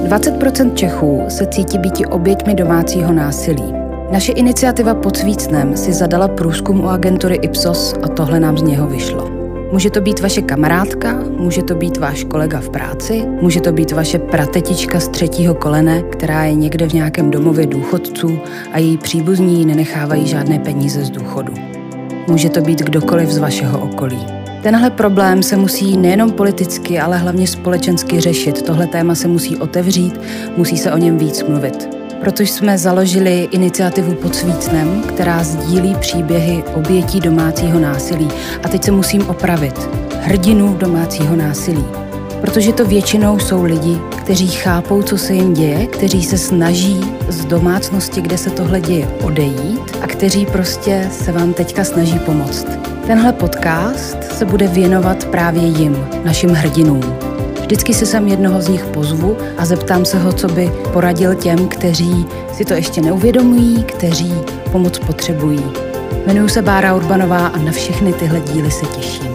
20% Čechů se cítí býti oběťmi domácího násilí. Naše iniciativa Pod svícnem si zadala průzkum u agentury Ipsos a tohle nám z něho vyšlo. Může to být vaše kamarádka, může to být váš kolega v práci, může to být vaše pratetička z 3. kolene, která je někde v nějakém domově důchodců a její příbuzní nenechávají žádné peníze z důchodu. Může to být kdokoliv z vašeho okolí. Tenhle problém se musí nejenom politicky, ale hlavně společensky řešit. Tohle téma se musí otevřít, musí se o něm víc mluvit. Proto jsme založili iniciativu Pod svícnem, která sdílí příběhy obětí domácího násilí. A teď se musím opravit. Hrdinů domácího násilí. Protože to většinou jsou lidi, kteří chápou, co se jim děje, kteří se snaží z domácnosti, kde se tohle děje, odejít a kteří prostě se vám teďka snaží pomoct. Tenhle podcast se bude věnovat právě jim, našim hrdinům. Vždycky si sem jednoho z nich pozvu a zeptám se ho, co by poradil těm, kteří si to ještě neuvědomují, kteří pomoc potřebují. Jmenuji se Bára Urbanová a na všechny tyhle díly se těším.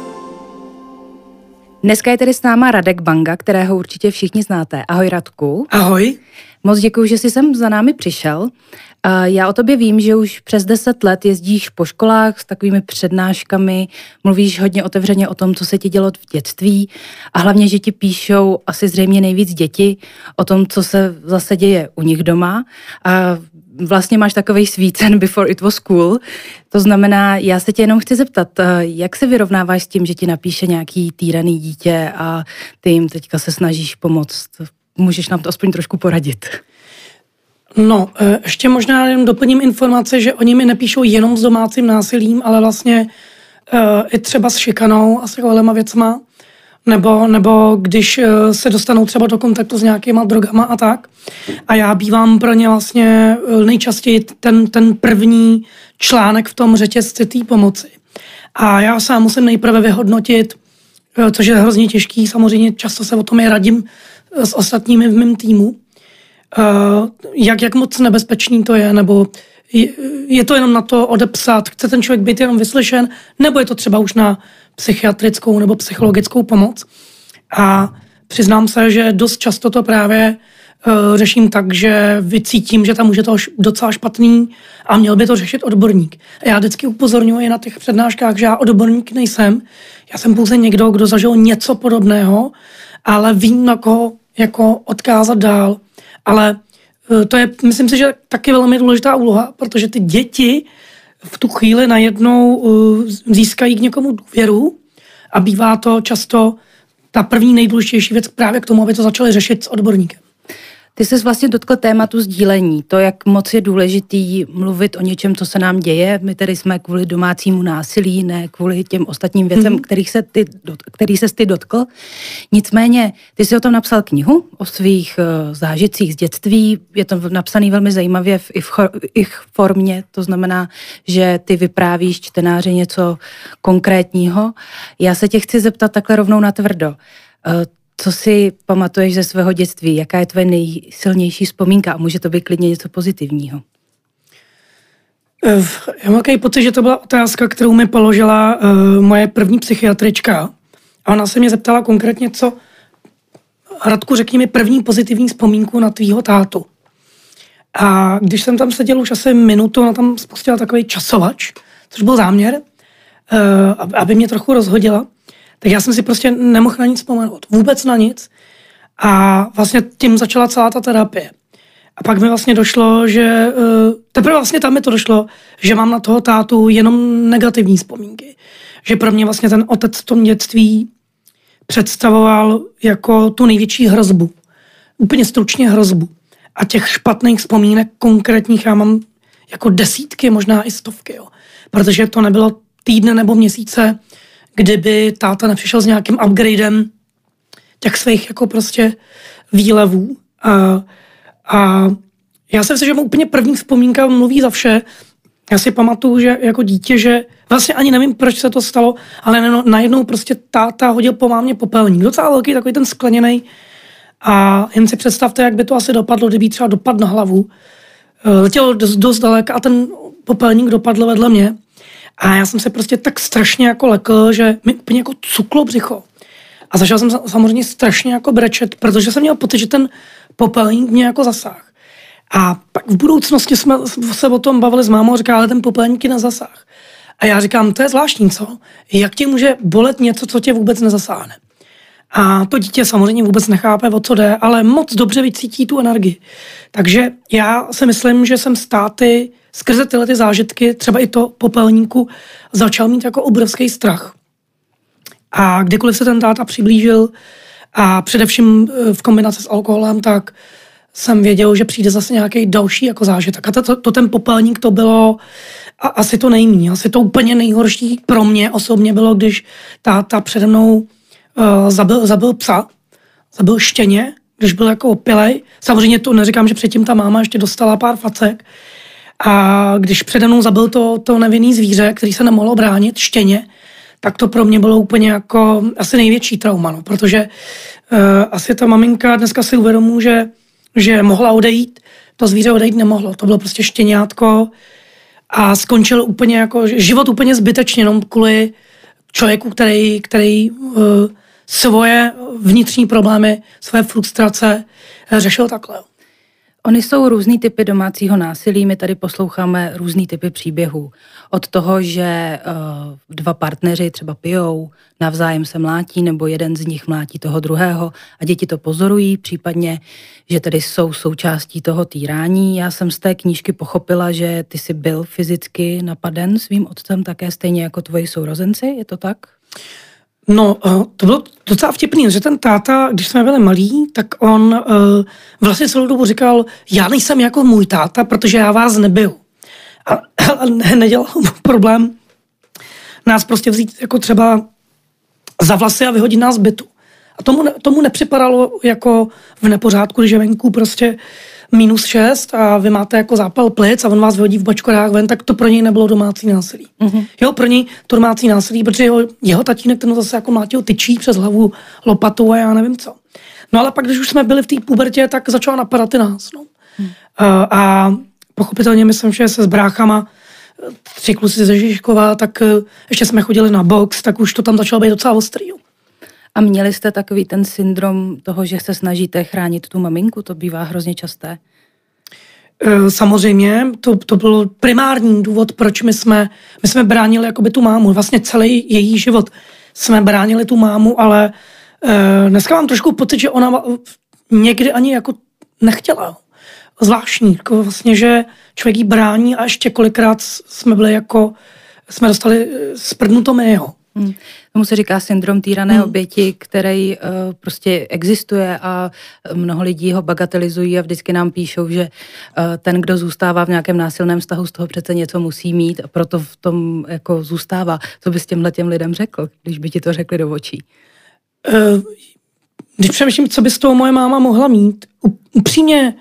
Dneska je tedy s náma Radek Banga, kterého určitě všichni znáte. Ahoj Radku. Ahoj. Moc děkuji, že jsi sem za námi přišel. Já o tobě vím, že už přes 10 let jezdíš po školách s takovými přednáškami, mluvíš hodně otevřeně o tom, co se ti dělo v dětství a hlavně, že ti píšou asi zřejmě nejvíc děti o tom, co se zase děje u nich doma. A vlastně máš takovej svícen before it was cool. To znamená, já se tě jenom chci zeptat, jak se vyrovnáváš s tím, že ti napíše nějaký týraný dítě a ty jim teďka se snažíš pomoct? Můžeš nám to aspoň trošku poradit? No, ještě možná jen doplním informace, že oni mi nepíšou jenom s domácím násilím, ale vlastně i třeba s šikanou a s takovýma věcma, nebo když se dostanou třeba do kontaktu s nějakýma drogama a tak. A já bývám pro ně vlastně nejčastěji ten první článek v tom řetězci té pomoci. A já sám musím nejprve vyhodnotit, což je hrozně těžký, samozřejmě často se o tom radím s ostatními v mém týmu, jak moc nebezpečný to je, nebo je to jenom na to odepsat, chce ten člověk být jenom vyslyšen, nebo je to třeba už na psychiatrickou nebo psychologickou pomoc. A přiznám se, že dost často to právě řeším tak, že vycítím, že tam už je to docela špatný a měl by to řešit odborník. A já vždycky upozorňuji na těch přednáškách, že já odborník nejsem. Já jsem pouze někdo, kdo zažil něco podobného, ale vím, na koho jako odkázat dál. Ale to je, myslím si, že taky velmi důležitá úloha, protože ty děti v tu chvíli najednou získají k někomu důvěru a bývá to často ta první nejdůležitější věc právě k tomu, aby to začali řešit s odborníkem. Ty jsi vlastně dotkl tématu sdílení, to, jak moc je důležitý mluvit o něčem, co se nám děje. My tady jsme kvůli domácímu násilí, ne kvůli těm ostatním věcem, který ses ty dotkl. Nicméně, ty jsi o tom napsal knihu, o svých zážitcích z dětství. Je to napsaný velmi zajímavě v ich formě, to znamená, že ty vyprávíš čtenáři něco konkrétního. Já se tě chci zeptat takhle rovnou natvrdo. Co si pamatuješ ze svého dětství? Jaká je tvoje nejsilnější vzpomínka? A může to být klidně něco pozitivního. Já mám takový pocit, že to byla otázka, kterou mi položila moje první psychiatrička. A ona se mě zeptala konkrétně, co... Radku, řekni mi první pozitivní vzpomínku na tvýho tátu. A když jsem tam seděl už asi minutu, ona tam spustila takový časovač, což byl záměr, aby mě trochu rozhodila. Tak já jsem si prostě nemohl na nic vzpomenout. Vůbec na nic. A vlastně tím začala celá ta terapie. A pak mi vlastně došlo, že... Teprve vlastně tam mi to došlo, že mám na toho tátu jenom negativní vzpomínky. Že pro mě vlastně ten otec v tom dětství představoval jako tu největší hrozbu. Úplně stručně hrozbu. A těch špatných vzpomínek konkrétních já mám jako desítky, možná i stovky. Jo. Protože to nebylo týdny nebo měsíce, kdyby táta nepřišel s nějakým upgradem těch svých jako prostě výlevů. A já si myslím, že mu úplně první vzpomínka mluví za vše. Já si pamatuju, že jako dítě, že vlastně ani nevím, proč se to stalo, ale najednou prostě táta hodil po mámě popelník. Docela velký, takový ten skleněnej. A jen si představte, jak by to asi dopadlo, kdyby třeba dopadl na hlavu. Letěl dost daleka a ten popelník dopadl vedle mě. A já jsem se prostě tak strašně jako lekl, že mi úplně jako cuklo břicho. A začal jsem samozřejmě strašně jako brečet, protože jsem měl pocit, že ten popelník mě jako zasáh. A pak v budoucnosti jsme se o tom bavili s mámou a říká, ale ten popelník je na zasah. A já říkám, to je zvláštní, co? Jak tě může bolet něco, co tě vůbec nezasáhne? A to dítě samozřejmě vůbec nechápe, o co jde, ale moc dobře vycítí tu energii. Takže já si myslím, že jsem státy skrze tyhle ty zážitky, třeba i to popelníku, začal mít jako obrovský strach. A kdykoliv se ten táta přiblížil a především v kombinaci s alkoholem, tak jsem věděl, že přijde zase nějaký další jako zážitek. A to ten popelník to bylo asi to nejméně. Asi to úplně nejhorší pro mě osobně bylo, když táta přede mnou zabil psa, zabil štěně, když byl jako opilej. Samozřejmě to neříkám, že předtím ta máma ještě dostala pár facek. A když přede mnou zabil to nevinný zvíře, který se nemohlo bránit, štěně, tak to pro mě bylo úplně jako asi největší trauma, no, protože asi ta maminka dneska si uvědomuje, že mohla odejít, to zvíře odejít nemohlo. To bylo prostě štěňátko a skončil úplně jako život úplně zbytečně, jenom kvůli člověku, který svoje vnitřní problémy, své frustrace řešil takhle. Ony jsou různý typy domácího násilí, my tady posloucháme různý typy příběhů. Od toho, že dva partneři třeba pijou, navzájem se mlátí, nebo jeden z nich mlátí toho druhého a děti to pozorují, případně, že tedy jsou součástí toho týrání. Já jsem z té knížky pochopila, že ty jsi byl fyzicky napaden svým otcem také stejně jako tvoji sourozenci, je to tak? No, to bylo docela vtipný, že ten táta, když jsme byli malí, tak on vlastně celou dobu říkal, já nejsem jako můj táta, protože já vás nebiju. A nedělal problém nás prostě vzít jako třeba za vlasy a vyhodit nás z bytu. A tomu nepřipadalo jako v nepořádku, když je venku prostě -6 a vy máte jako zápal plic a on vás vyhodí v bačkorách ven, tak to pro něj nebylo domácí násilí. Mm-hmm. Jo, pro něj to domácí násilí, protože jeho tatínek ten zase jako mlátil tyčí přes hlavu lopatou a já nevím co. No ale pak, když už jsme byli v té pubertě, tak začala napadat i nás. No. A pochopitelně myslím, že se s bráchama 3 kluci ze Žižkova, tak ještě jsme chodili na box, tak už to tam začalo být docela ostrý. Jo. A měli jste takový ten syndrom toho, že se snažíte chránit tu maminku? To bývá hrozně časté. Samozřejmě, to byl primární důvod, proč my jsme bránili jakoby tu mámu. Vlastně celý její život jsme bránili tu mámu, ale dneska mám trošku pocit, že ona někdy ani jako nechtěla. Zvláštní, jako vlastně, že člověk jí brání a ještě kolikrát jsme dostali sprdnuto my, jo. Tomu se říká syndrom týrané oběti, který prostě existuje a mnoho lidí ho bagatelizují a vždycky nám píšou, že ten, kdo zůstává v nějakém násilném vztahu, z toho přece něco musí mít a proto v tom jako zůstává. Co bys těm lidem řekl, když by ti to řekli do očí? Když přemýšlím, co by z toho moje máma mohla mít, upřímně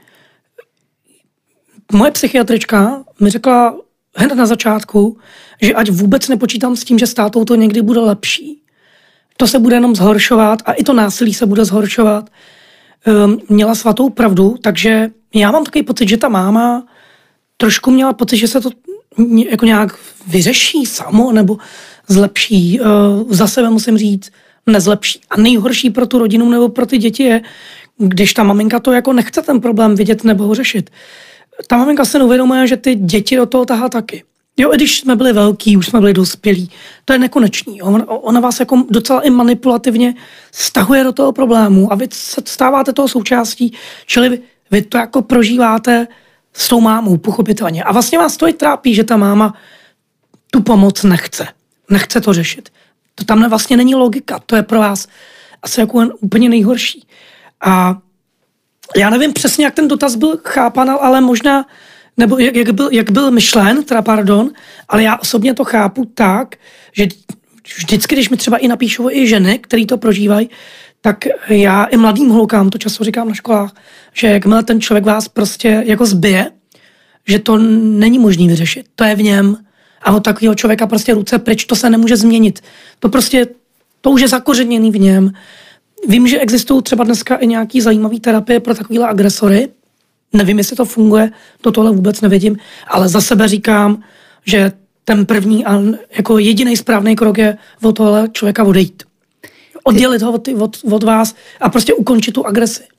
moje psychiatrička mi řekla hned na začátku, že ať vůbec nepočítám s tím, že s tátou to někdy bude lepší. To se bude jenom zhoršovat a i to násilí se bude zhoršovat. Měla svatou pravdu, takže já mám takový pocit, že ta máma trošku měla pocit, že se to jako nějak vyřeší samo nebo zlepší. Za sebe musím říct, nezlepší. A nejhorší pro tu rodinu nebo pro ty děti je, když ta maminka to jako nechce ten problém vidět nebo ho řešit. Ta maminka se neuvědomuje, že ty děti do toho tahá taky. Jo, i když jsme byli velký, už jsme byli dospělí, to je nekonečný. Ona vás jako docela i manipulativně stahuje do toho problému a vy se stáváte toho součástí, čili vy to jako prožíváte s tou mámou, pochopitelně. A vlastně vás to i trápí, že ta máma tu pomoc nechce. Nechce to řešit. To tam vlastně není logika. To je pro vás asi jako úplně nejhorší. A já nevím přesně, jak ten dotaz byl chápan, ale možná, nebo jak byl myšlen, ale já osobně to chápu tak, že vždycky, když mi třeba i napíšou i ženy, který to prožívají, tak já i mladým holkám to často říkám na školách, že jakmile ten člověk vás prostě jako zbije, že to není možný vyřešit. To je v něm a od takového člověka prostě ruce pryč, to se nemůže změnit. To už je zakořeněný v něm. Vím, že existují třeba dneska i nějaký zajímavý terapie pro takovýhle agresory. Nevím, jestli to funguje, to tohle vůbec nevidím, ale za sebe říkám, že ten první a jako jediný správný krok je od tohle člověka odejít. Oddělit ho od vás a prostě ukončit tu agresi.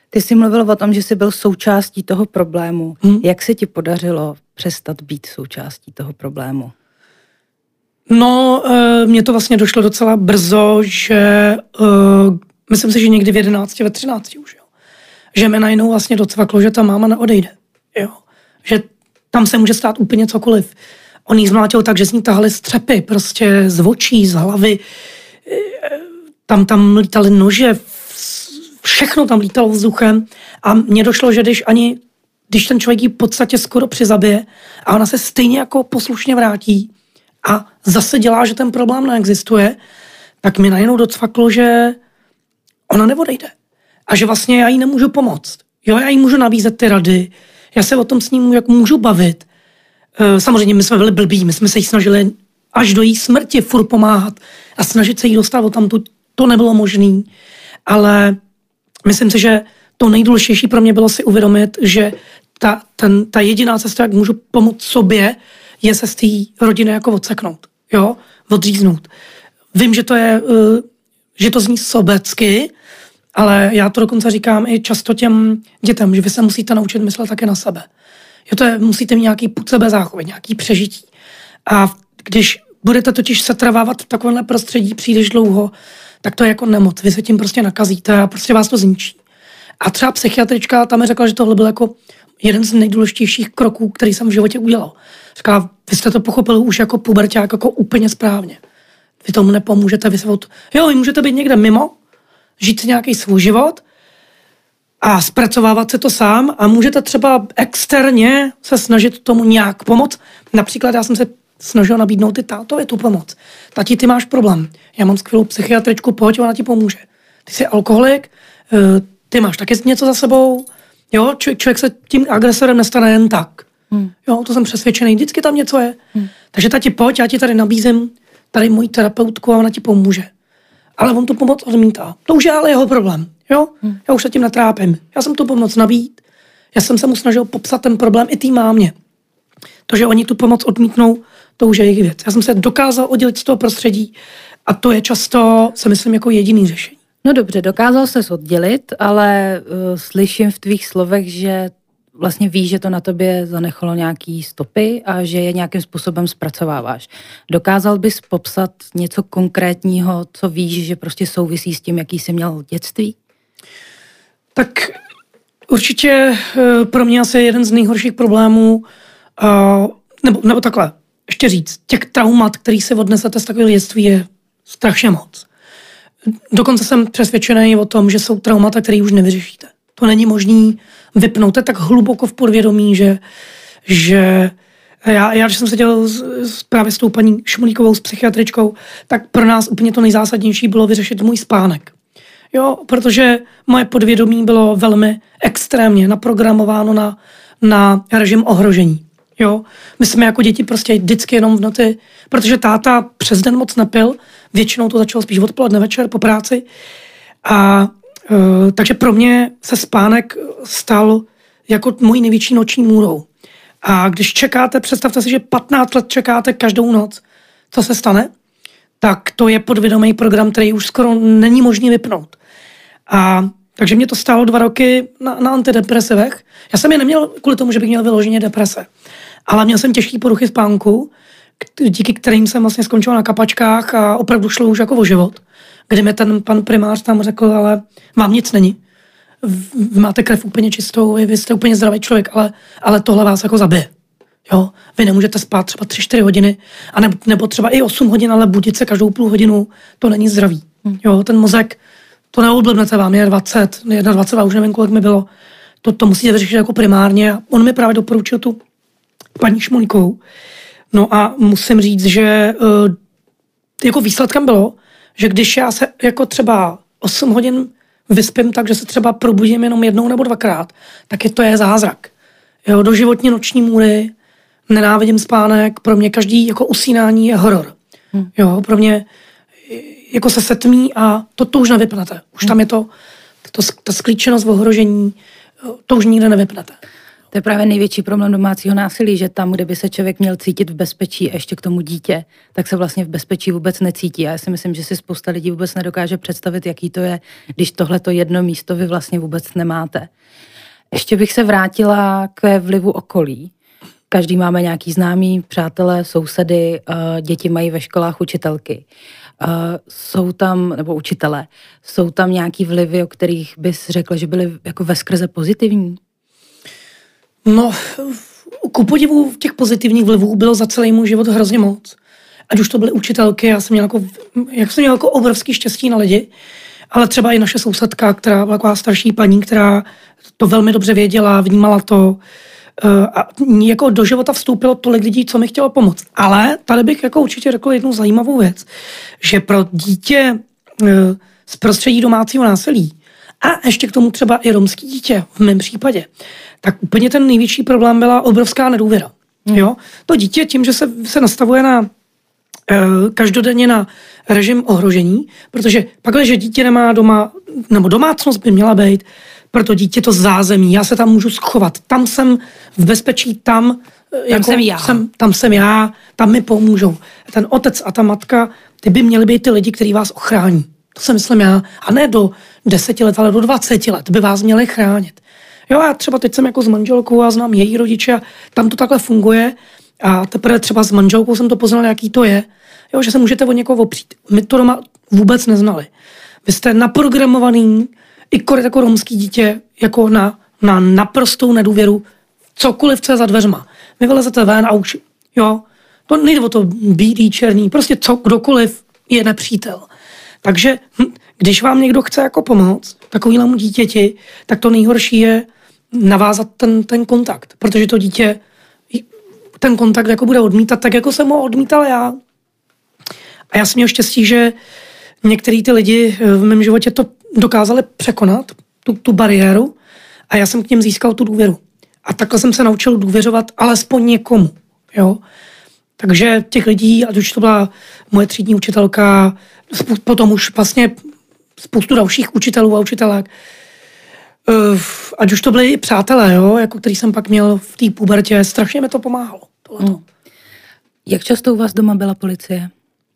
Ty jsi mluvil o tom, že jsi byl součástí toho problému. Jak se ti podařilo přestat být součástí toho problému? No, mně to vlastně došlo docela brzo, že myslím si, že někdy v 11, ve 13 už, jo. Že mi najednou vlastně docvaklo, že ta máma neodejde, jo. Že tam se může stát úplně cokoliv. On jí zmlátil tak, že z ní tahali střepy, prostě z očí, z hlavy. Tam lítaly nože, všechno tam lítalo vzduchem a mně došlo, že když ten člověk jí v podstatě skoro přizabije a ona se stejně jako poslušně vrátí a zase dělá, že ten problém neexistuje, tak mi najednou docvaklo, že ona neodejde. A že vlastně já jí nemůžu pomoct. Jo, já jí můžu nabízet ty rady, já se o tom s ním můžu bavit. Samozřejmě my jsme byli blbí, my jsme se jí snažili až do její smrti furt pomáhat a snažit se jí dostat odtamtud, to nebylo možné. Ale myslím si, že to nejdůležitější pro mě bylo si uvědomit, že ta jediná cesta, jak můžu pomoct sobě, je se z té rodiny jako odseknout, jo, odříznout. Vím, že to zní sobecky, ale já to dokonce říkám i často těm dětem, že vy se musíte naučit myslet také na sebe. Musíte mít nějaký pud sebezáchovy, nějaký přežití. A když budete totiž setrvávat v takovémhle prostředí příliš dlouho, tak to je jako nemoc. Vy se tím prostě nakazíte a prostě vás to zničí. A třeba psychiatrička tam mi řekla, že tohle byl jako jeden z nejdůležitějších kroků, který jsem v životě udělal. Říkala, vy jste to pochopili už jako puberťák jako úplně správně. Vy tomu nepomůžete, vy můžete být někde mimo, žít si nějaký svůj život a zpracovávat se to sám a můžete třeba externě se snažit tomu nějak pomoct. Například já jsem se snažil nabídnout i tátovi tu pomoc. Tati, ty máš problém. Já mám skvělou psychiatričku, pojď, ona ti pomůže. Ty jsi alkoholik, ty máš taky něco za sebou. Jo, člověk se tím agresorem nestane jen tak. Jo, to jsem přesvědčený, vždycky tam něco je. Takže tati, pojď, já ti tady nabízím tady moji terapeutku a ona ti pomůže. Ale on tu pomoc odmítá. To už je ale jeho problém. Jo? Já už se tím netrápím. Já jsem tu pomoc nabít. Já jsem se mu snažil popsat ten problém i té mámě. To, že oni tu pomoc odmítnou, to už je jejich věc. Já jsem se dokázal oddělit z toho prostředí a to je často, si myslím, jako jediný řešení. No dobře, dokázal ses oddělit, ale slyším v tvých slovech, že vlastně víš, že to na tobě zanechalo nějaký stopy a že je nějakým způsobem zpracováváš. Dokázal bys popsat něco konkrétního, co víš, že prostě souvisí s tím, jaký jsi měl dětství? Tak určitě pro mě asi jeden z nejhorších problémů, nebo takhle, ještě říct, těch traumat, který se odnesete z takového dětství, je strašně moc. Dokonce jsem přesvědčený o tom, že jsou traumata, které už nevyřešíte. To není možný vypnout. To je tak hluboko v podvědomí, že já když jsem seděl právě s tou paní Šmulíkovou, s psychiatričkou, tak pro nás úplně to nejzásadnější bylo vyřešit můj spánek. Jo, protože moje podvědomí bylo velmi extrémně naprogramováno na režim ohrožení. Jo, my jsme jako děti prostě vždycky jenom v noci, protože táta přes den moc nepil, většinou to začalo spíš odpoledne, večer po práci takže pro mě se spánek stal jako mojí největší noční můrou. A když čekáte, představte si, že 15 let čekáte každou noc, co se stane, tak to je podvědomý program, který už skoro není možný vypnout. Takže mě to stálo 2 roky na antidepresivech. Já jsem je neměl kvůli tomu, že bych měl vyloženě deprese. Ale měl jsem těžké poruchy spánku, díky kterým jsem vlastně skončil na kapačkách a opravdu šlo už jako o život. Kdy mi ten pan primář tam řekl, ale vám nic není. Vy máte krev úplně čistou, vy jste úplně zdravý člověk, ale tohle vás jako zabije. Jo? Vy nemůžete spát třeba 3-4 hodiny, nebo třeba i 8 hodin, ale budit se každou půl hodinu, to není zdravý. Jo? Ten mozek, to neodblbnete vám, je 20, 21, už nevím, kolik mi bylo. To musíte vyřešit jako primárně. A on mi právě doporučil tu paní Šmulíkovou. No a musím říct, že jako výsledkem bylo, že když já se jako třeba 8 hodin vyspím tak, že se třeba probudím jenom 1 nebo 2krát, tak to je zázrak. Jo, doživotní noční můry, nenávidím spánek, pro mě každý jako usínání je horor. Jo, pro mě jako se setmí a to už nevypnete. Už tam je ta sklíčenost v ohrožení, to už nikde nevypnete. To je právě největší problém domácího násilí, že tam, kde by se člověk měl cítit v bezpečí a ještě k tomu dítě, tak se vlastně v bezpečí vůbec necítí. A já si myslím, že si spousta lidí vůbec nedokáže představit, jaký to je, když tohleto jedno místo vy vlastně vůbec nemáte. Ještě bych se vrátila k vlivu okolí. Každý máme nějaký známý, přátelé, sousedy, děti mají ve školách učitelky. Jsou tam, nebo učitelé, jsou tam nějaký vlivy, o kterých bys řekla, že byly jako veskrze pozitivní? No, ku podivu těch pozitivních vlivů bylo za celý můj život hrozně moc. Ať už to byly učitelky, já jsem měl jako obrovský štěstí na lidi, ale třeba i naše sousedka, která byla taková starší paní, která to velmi dobře věděla, vnímala to, a jako do života vstoupilo tolik lidí, co mi chtělo pomoct. Ale tady bych jako určitě řekl jednu zajímavou věc, že pro dítě z prostředí domácího násilí a ještě k tomu třeba i romský dítě v mém případě, tak úplně ten největší problém byla obrovská nedůvěra. Jo? To dítě tím, že se nastavuje na každodenně na režim ohrožení, protože pak, že dítě nemá doma, nebo domácnost by měla být pro to dítě to zázemí, já se tam můžu schovat, tam jsem v bezpečí, tam jsem já, tam mi pomůžou. Ten otec a ta matka, ty by měli být ty lidi, kteří vás ochrání. To si myslím já. A ne do 10 let, ale do 20 let by vás měli chránit. Jo, já třeba teď jsem jako s manželkou a znám její rodiče a tam to takhle funguje a teprve třeba s manželkou jsem to poznal, jaký to je. Jo, že se můžete od někoho opřít. My to doma vůbec neznali. Vy jste naprogramovaný i jako romský dítě jako na naprostou nedůvěru cokoliv, co je za dveřma. Vy vylezete ven a už, jo, to nejde o to bílý, černý, prostě kdokoliv je nepřítel. Takže když vám někdo chce jako pomoct takovému dítěti, tak to nejhorší je navázat ten kontakt, protože to dítě ten kontakt jako bude odmítat, tak jako jsem ho odmítal já. A já jsem měl štěstí, že některý ty lidi v mém životě to dokázali překonat, tu bariéru, a já jsem k něm získal tu důvěru. A takhle jsem se naučil důvěřovat alespoň někomu. Jo? Takže těch lidí, ať už to byla moje třídní učitelka, potom už vlastně spoustu dalších učitelů a učitelek, ať už to byli i přátelé, jo? Jako který jsem pak měl v té pubertě, strašně mi to pomáhalo. Jak často u vás doma byla policie?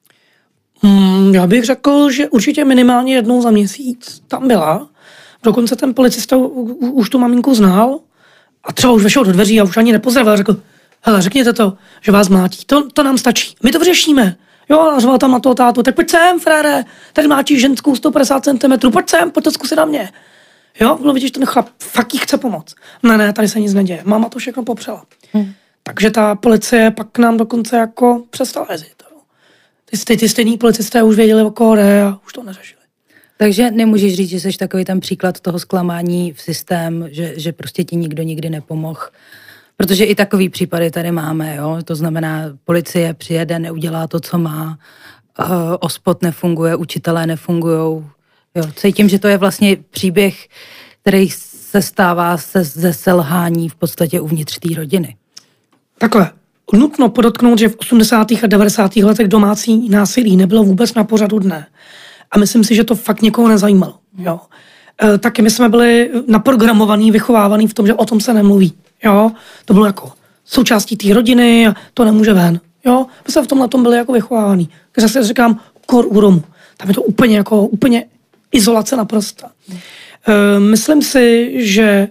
Já bych řekl, že určitě minimálně jednou za měsíc tam byla. Dokonce ten policista už tu maminku znal a třeba už vešel do dveří a už ani nepozdravil. Řekl, hele, řekněte to, že vás mlátí. To nám stačí. My to vyřešíme. Jo, nazval tam na toho tátu. Tak pojď sem, frére, tady mlátí ženskou 150 cm. Pojď sem, pojď to zkusit na mě. Jo, no vidíš, ten chlap fakt jí chce pomoct. Ne, tady se nic neděje. Máma to všechno popřela. Takže ta policie pak nám dokonce jako přestala jezdit. Ty stejný policisté už věděli, o koho jde a už to neřešili. Takže nemůžeš říct, že jsi takový ten příklad toho zklamání v systém, že prostě ti nikdo nikdy nepomohl. Protože i takový případy tady máme, jo. To znamená, policie přijede, neudělá to, co má, OSPOD nefunguje, učitelé nefungujou. Jo. Cítím, že to je vlastně příběh, který se stává ze selhání v podstatě uvnitř té rodiny. Takhle. Nutno podotknout, že v 80. a 90. letech domácí násilí nebylo vůbec na pořadu dne. A myslím si, že to fakt někoho nezajímalo. Jo. Taky my jsme byli naprogramovaní, vychovávaní v tom, že o tom se nemluví. Jo. To bylo jako součástí té rodiny a to nemůže ven. Jo. My jsme v tomhle tom byli jako vychovávaní. Takže zase říkám, kor u Romů. Tam je to úplně izolace naprosta. Myslím si, že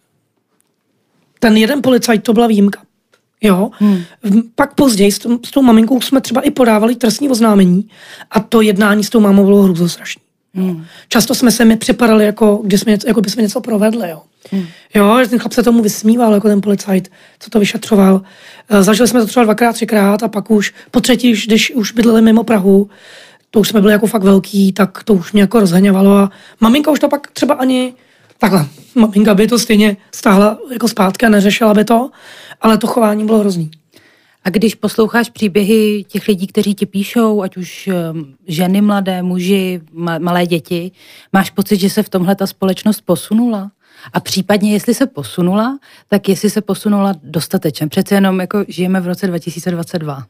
ten jeden policajt to byla výjimka. Jo. Pak později s tou maminkou jsme třeba i podávali trestní oznámení a to jednání s tou mámou bylo hrůzostrašný. Často jsme se mi připadali, jako by jsme něco provedli. Jo. Jo, ten chlap se tomu vysmíval, jako ten policajt, co to vyšetřoval. Zažili jsme to třeba 2x, 3x a pak už po třetí, když už bydleli mimo Prahu, to už jsme byli jako fakt velký, tak to už mě jako rozhaňovalo a maminka už to pak třeba ani takhle. Maminka by to stejně stáhla jako zpátky a neřešila by to, ale to chování bylo hrozný. A když posloucháš příběhy těch lidí, kteří ti píšou, ať už ženy mladé, muži, malé děti, máš pocit, že se v tomhle ta společnost posunula? A případně, jestli se posunula, tak jestli se posunula dostatečně. Přece jenom jako žijeme v roce 2022.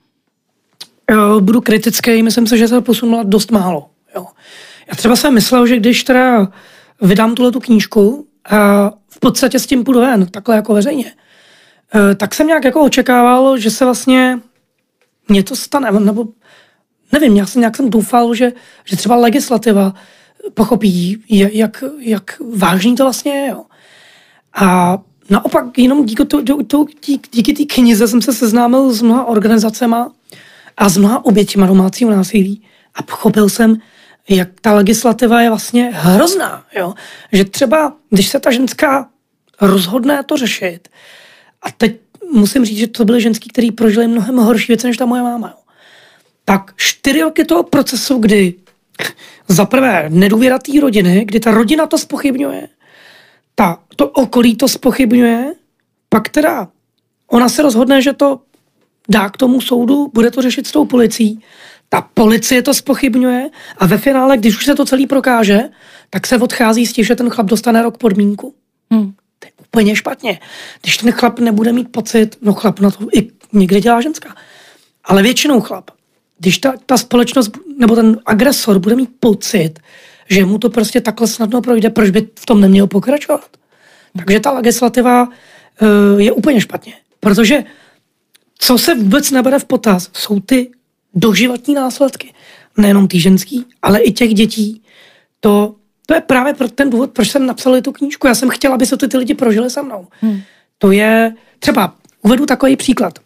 Budu kritický, myslím si, že se posunula dost málo. Jo. Já třeba jsem myslel, že když teda vydám tuhletu knížku v podstatě s tím půjdu ven, takhle jako veřejně. Tak jsem nějak jako očekával, že se vlastně něco stane, nebo nevím, nějak jsem doufal, že třeba legislativa pochopí, jak vážný to vlastně je. Jo. A naopak jenom díky té knize jsem se seznámil s mnoha organizacema a s mnoha oběťma domácího násilí a pochopil jsem, jak ta legislativa je vlastně hrozná. Jo. Že třeba, když se ta ženská rozhodne to řešit, a teď musím říct, že to byly ženský, který prožili mnohem horší věci, než ta moje máma. Jo. Tak 4 roky toho procesu, kdy za prvé nedůvěra té rodiny, kdy ta rodina to zpochybňuje, to okolí to zpochybňuje, pak teda ona se rozhodne, že to dá k tomu soudu, bude to řešit s tou policií, ta policie to zpochybňuje a ve finále, když už se to celý prokáže, tak se odchází s tím, že ten chlap dostane rok podmínku. To je úplně špatně. Když ten chlap nebude mít pocit, no chlap na to i někdy dělá ženská, ale většinou chlap, když ta společnost nebo ten agresor bude mít pocit, že mu to prostě takhle snadno projde, proč by v tom neměl pokračovat? Takže ta legislativa je úplně špatně. Protože co se vůbec nebere v potaz, jsou ty doživotní následky. Nejenom ty ženský, ale i těch dětí. To je právě ten důvod, proč jsem napsal tu knížku. Já jsem chtěla, aby se ty lidi prožili se mnou. To je, třeba uvedu takový příklad.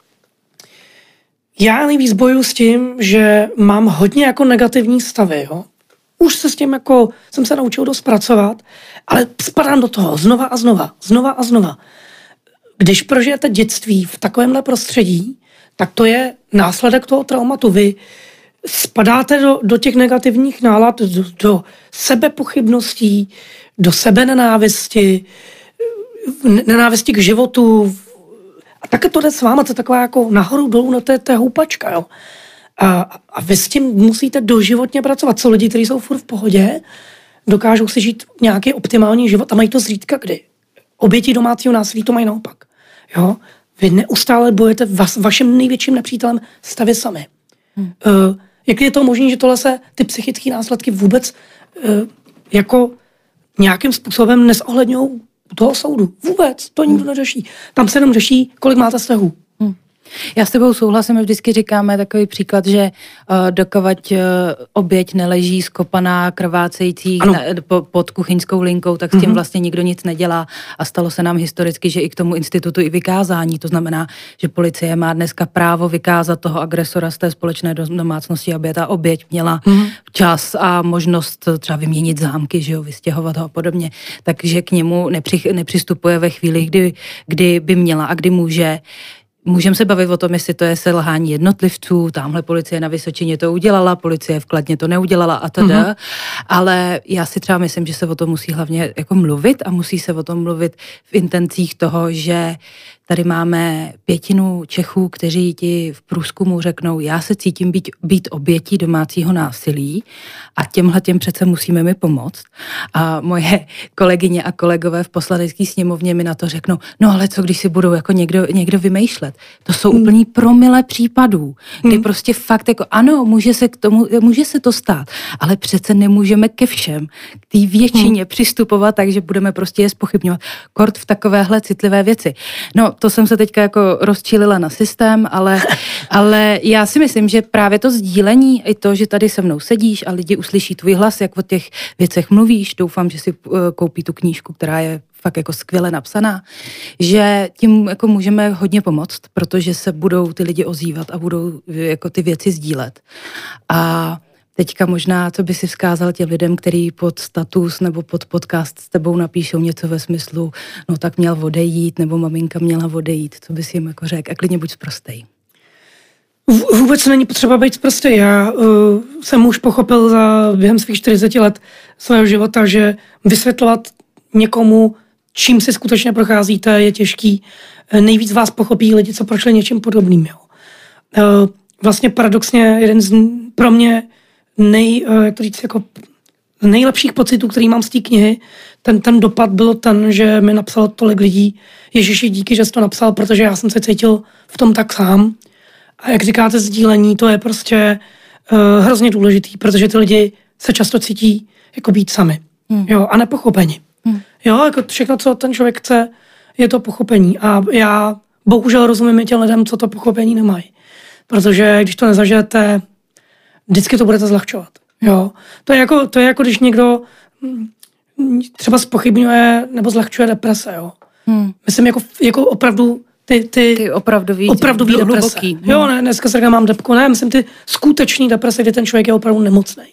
Já nejvíc bojuju s tím, že mám hodně jako negativní stavy, jo. Už se s tím jako, jsem se naučil dost pracovat, ale spadám do toho znova a znova. Když prožijete dětství v takovémhle prostředí, tak to je následek toho traumatu. Vy spadáte do těch negativních nálad, do sebepochybností, do sebenenávisti, nenávisti k životu. A také to jde s váma, to je taková jako nahoru dolů, no to je houpačka, jo. A vy s tím musíte doživotně pracovat. Co lidi, kteří jsou furt v pohodě, dokážou si žít nějaký optimální život a mají to zřídka kdy. Oběti domácího násilí to mají naopak. Jo? Vy neustále bojujete vaším největším nepřítelem jste vy sami. Jak je to možné, že tohle se ty psychické následky vůbec jako nějakým způsobem nezohledňují u toho soudu? Vůbec, to nikdo neřeší. Tam se jenom řeší, kolik máte vztahů. Já s tebou souhlasím, vždycky říkáme takový příklad, že dokud oběť neleží skopaná, krvácející pod kuchyňskou linkou, tak s tím vlastně nikdo nic nedělá a stalo se nám historicky, že i k tomu institutu i vykázání, to znamená, že policie má dneska právo vykázat toho agresora z té společné domácnosti, aby ta oběť měla čas a možnost třeba vyměnit zámky, že jo, vystěhovat ho a podobně, takže k němu nepřistupuje ve chvíli, kdy by měla a kdy může. Můžeme se bavit o tom, jestli to je selhání jednotlivců, tamhle policie na Vysočině to udělala, policie v Kladně to neudělala a teda, ale já si třeba myslím, že se o tom musí hlavně jako mluvit a musí se o tom mluvit v intencích toho, že tady máme 1/5 Čechů, kteří ti v průzkumu řeknou, já se cítím být obětí domácího násilí a těm přece musíme mi pomoct. A moje kolegyně a kolegové v poslanecké sněmovně mi na to řeknou, no ale co když si budou jako někdo vymýšlet. To jsou úplný promile případů, kdy prostě fakt jako ano, může se to stát, ale přece nemůžeme ke všem, k té většině přistupovat, takže budeme prostě je zpochybňovat. Kort v takovéhle citlivé věci. No, to jsem se teďka jako rozčílila na systém, ale já si myslím, že právě to sdílení, i to, že tady se mnou sedíš a lidi uslyší tvůj hlas, jak o těch věcech mluvíš, doufám, že si koupí tu knížku, která je fakt jako skvěle napsaná, že tím jako můžeme hodně pomoct, protože se budou ty lidi ozývat a budou jako ty věci sdílet. A teďka možná, co by si vzkázal těm lidem, který pod status nebo pod podcast s tebou napíšou něco ve smyslu, no tak měl odejít, nebo maminka měla odejít, co by si jim jako řekl a klidně buď sprostej. Vůbec není potřeba být sprostej. Já jsem už pochopil během svých 40 let svého života, že vysvětlovat někomu, čím si skutečně procházíte, je těžký. Nejvíc vás pochopí lidi, co prošli něčím podobným. Jo. Vlastně paradoxně jeden z pro mě nejlepších pocitů, který mám z té knihy, ten dopad byl ten, že mi napsalo tolik lidí, Ježiši, díky, že jsi to napsal, protože já jsem se cítil v tom tak sám. A jak říkáte, sdílení, to je prostě hrozně důležitý, protože ty lidi se často cítí jako být sami. Jo, a nepochopeni. Jo, jako všechno, co ten člověk chce, je to pochopení. A já bohužel rozumím těm lidem, co to pochopení nemají. Protože když to nezažijete, vždycky to budete zlehčovat. Jo. To je jako když někdo třeba zpochybňuje nebo zlehčuje deprese. Jo. Myslím jako opravdu ty opravdový deprese. Hluboký. Jo, ne, dneska se mám depku, ne, myslím ty skutečný deprese, kdy ten člověk je opravdu nemocný.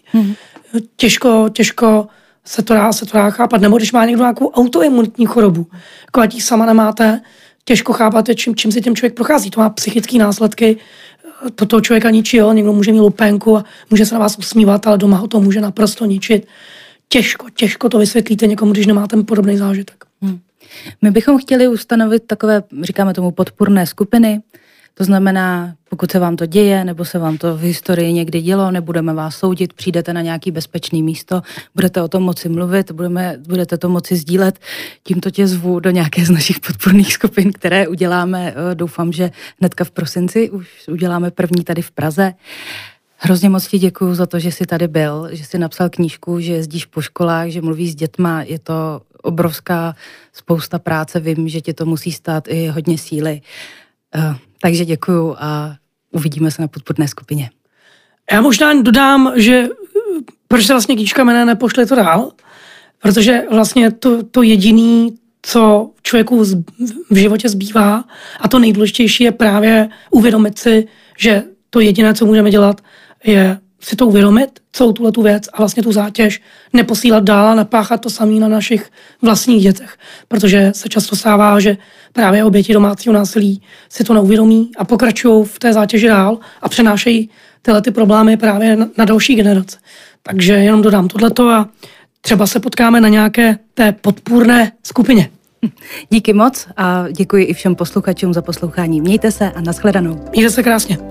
Těžko se to dá chápat. Nebo když má někdo nějakou autoimunitní chorobu, jako ať ji sama nemáte, těžko chápat, čím si ten člověk prochází. To má psychické následky, to toho člověka ničí, jo. Někdo může mít lupénku a může se na vás usmívat, ale doma ho to může naprosto ničit. Těžko to vysvětlíte někomu, když nemá ten podobný zážitek. My bychom chtěli ustanovit takové, říkáme tomu, podpůrné skupiny. To znamená, pokud se vám to děje, nebo se vám to v historii někdy dělo, nebudeme vás soudit, přijdete na nějaké bezpečné místo, budete o tom moci mluvit, budete to moci sdílet. Tímto tě zvu do nějaké z našich podpůrných skupin, které uděláme, doufám, že hnedka v prosinci už uděláme první tady v Praze. Hrozně moc ti děkuju za to, že jsi tady byl, že jsi napsal knížku, že jezdíš po školách, že mluvíš s dětma, je to obrovská spousta práce, vím, že tě to musí stát i hodně síly. Takže děkuju a uvidíme se na podpůrné skupině. Já možná dodám, že proč se vlastně knížka jmenuje Nepošli to dál, protože vlastně to jediný, co člověku v životě zbývá a to nejdůležitější je právě uvědomit si, že to jediné, co můžeme dělat, je si to uvědomit, celou tuhletu věc a vlastně tu zátěž neposílat dál a nepáchat to samý na našich vlastních dětech. Protože se často stává, že právě oběti domácího násilí si to neuvědomí a pokračují v té zátěži dál a přenášejí tyhle ty problémy právě na další generace. Takže jenom dodám tohleto a třeba se potkáme na nějaké té podpůrné skupině. Díky moc a děkuji i všem posluchačům za poslouchání. Mějte se a nashledanou. Mějte se krásně.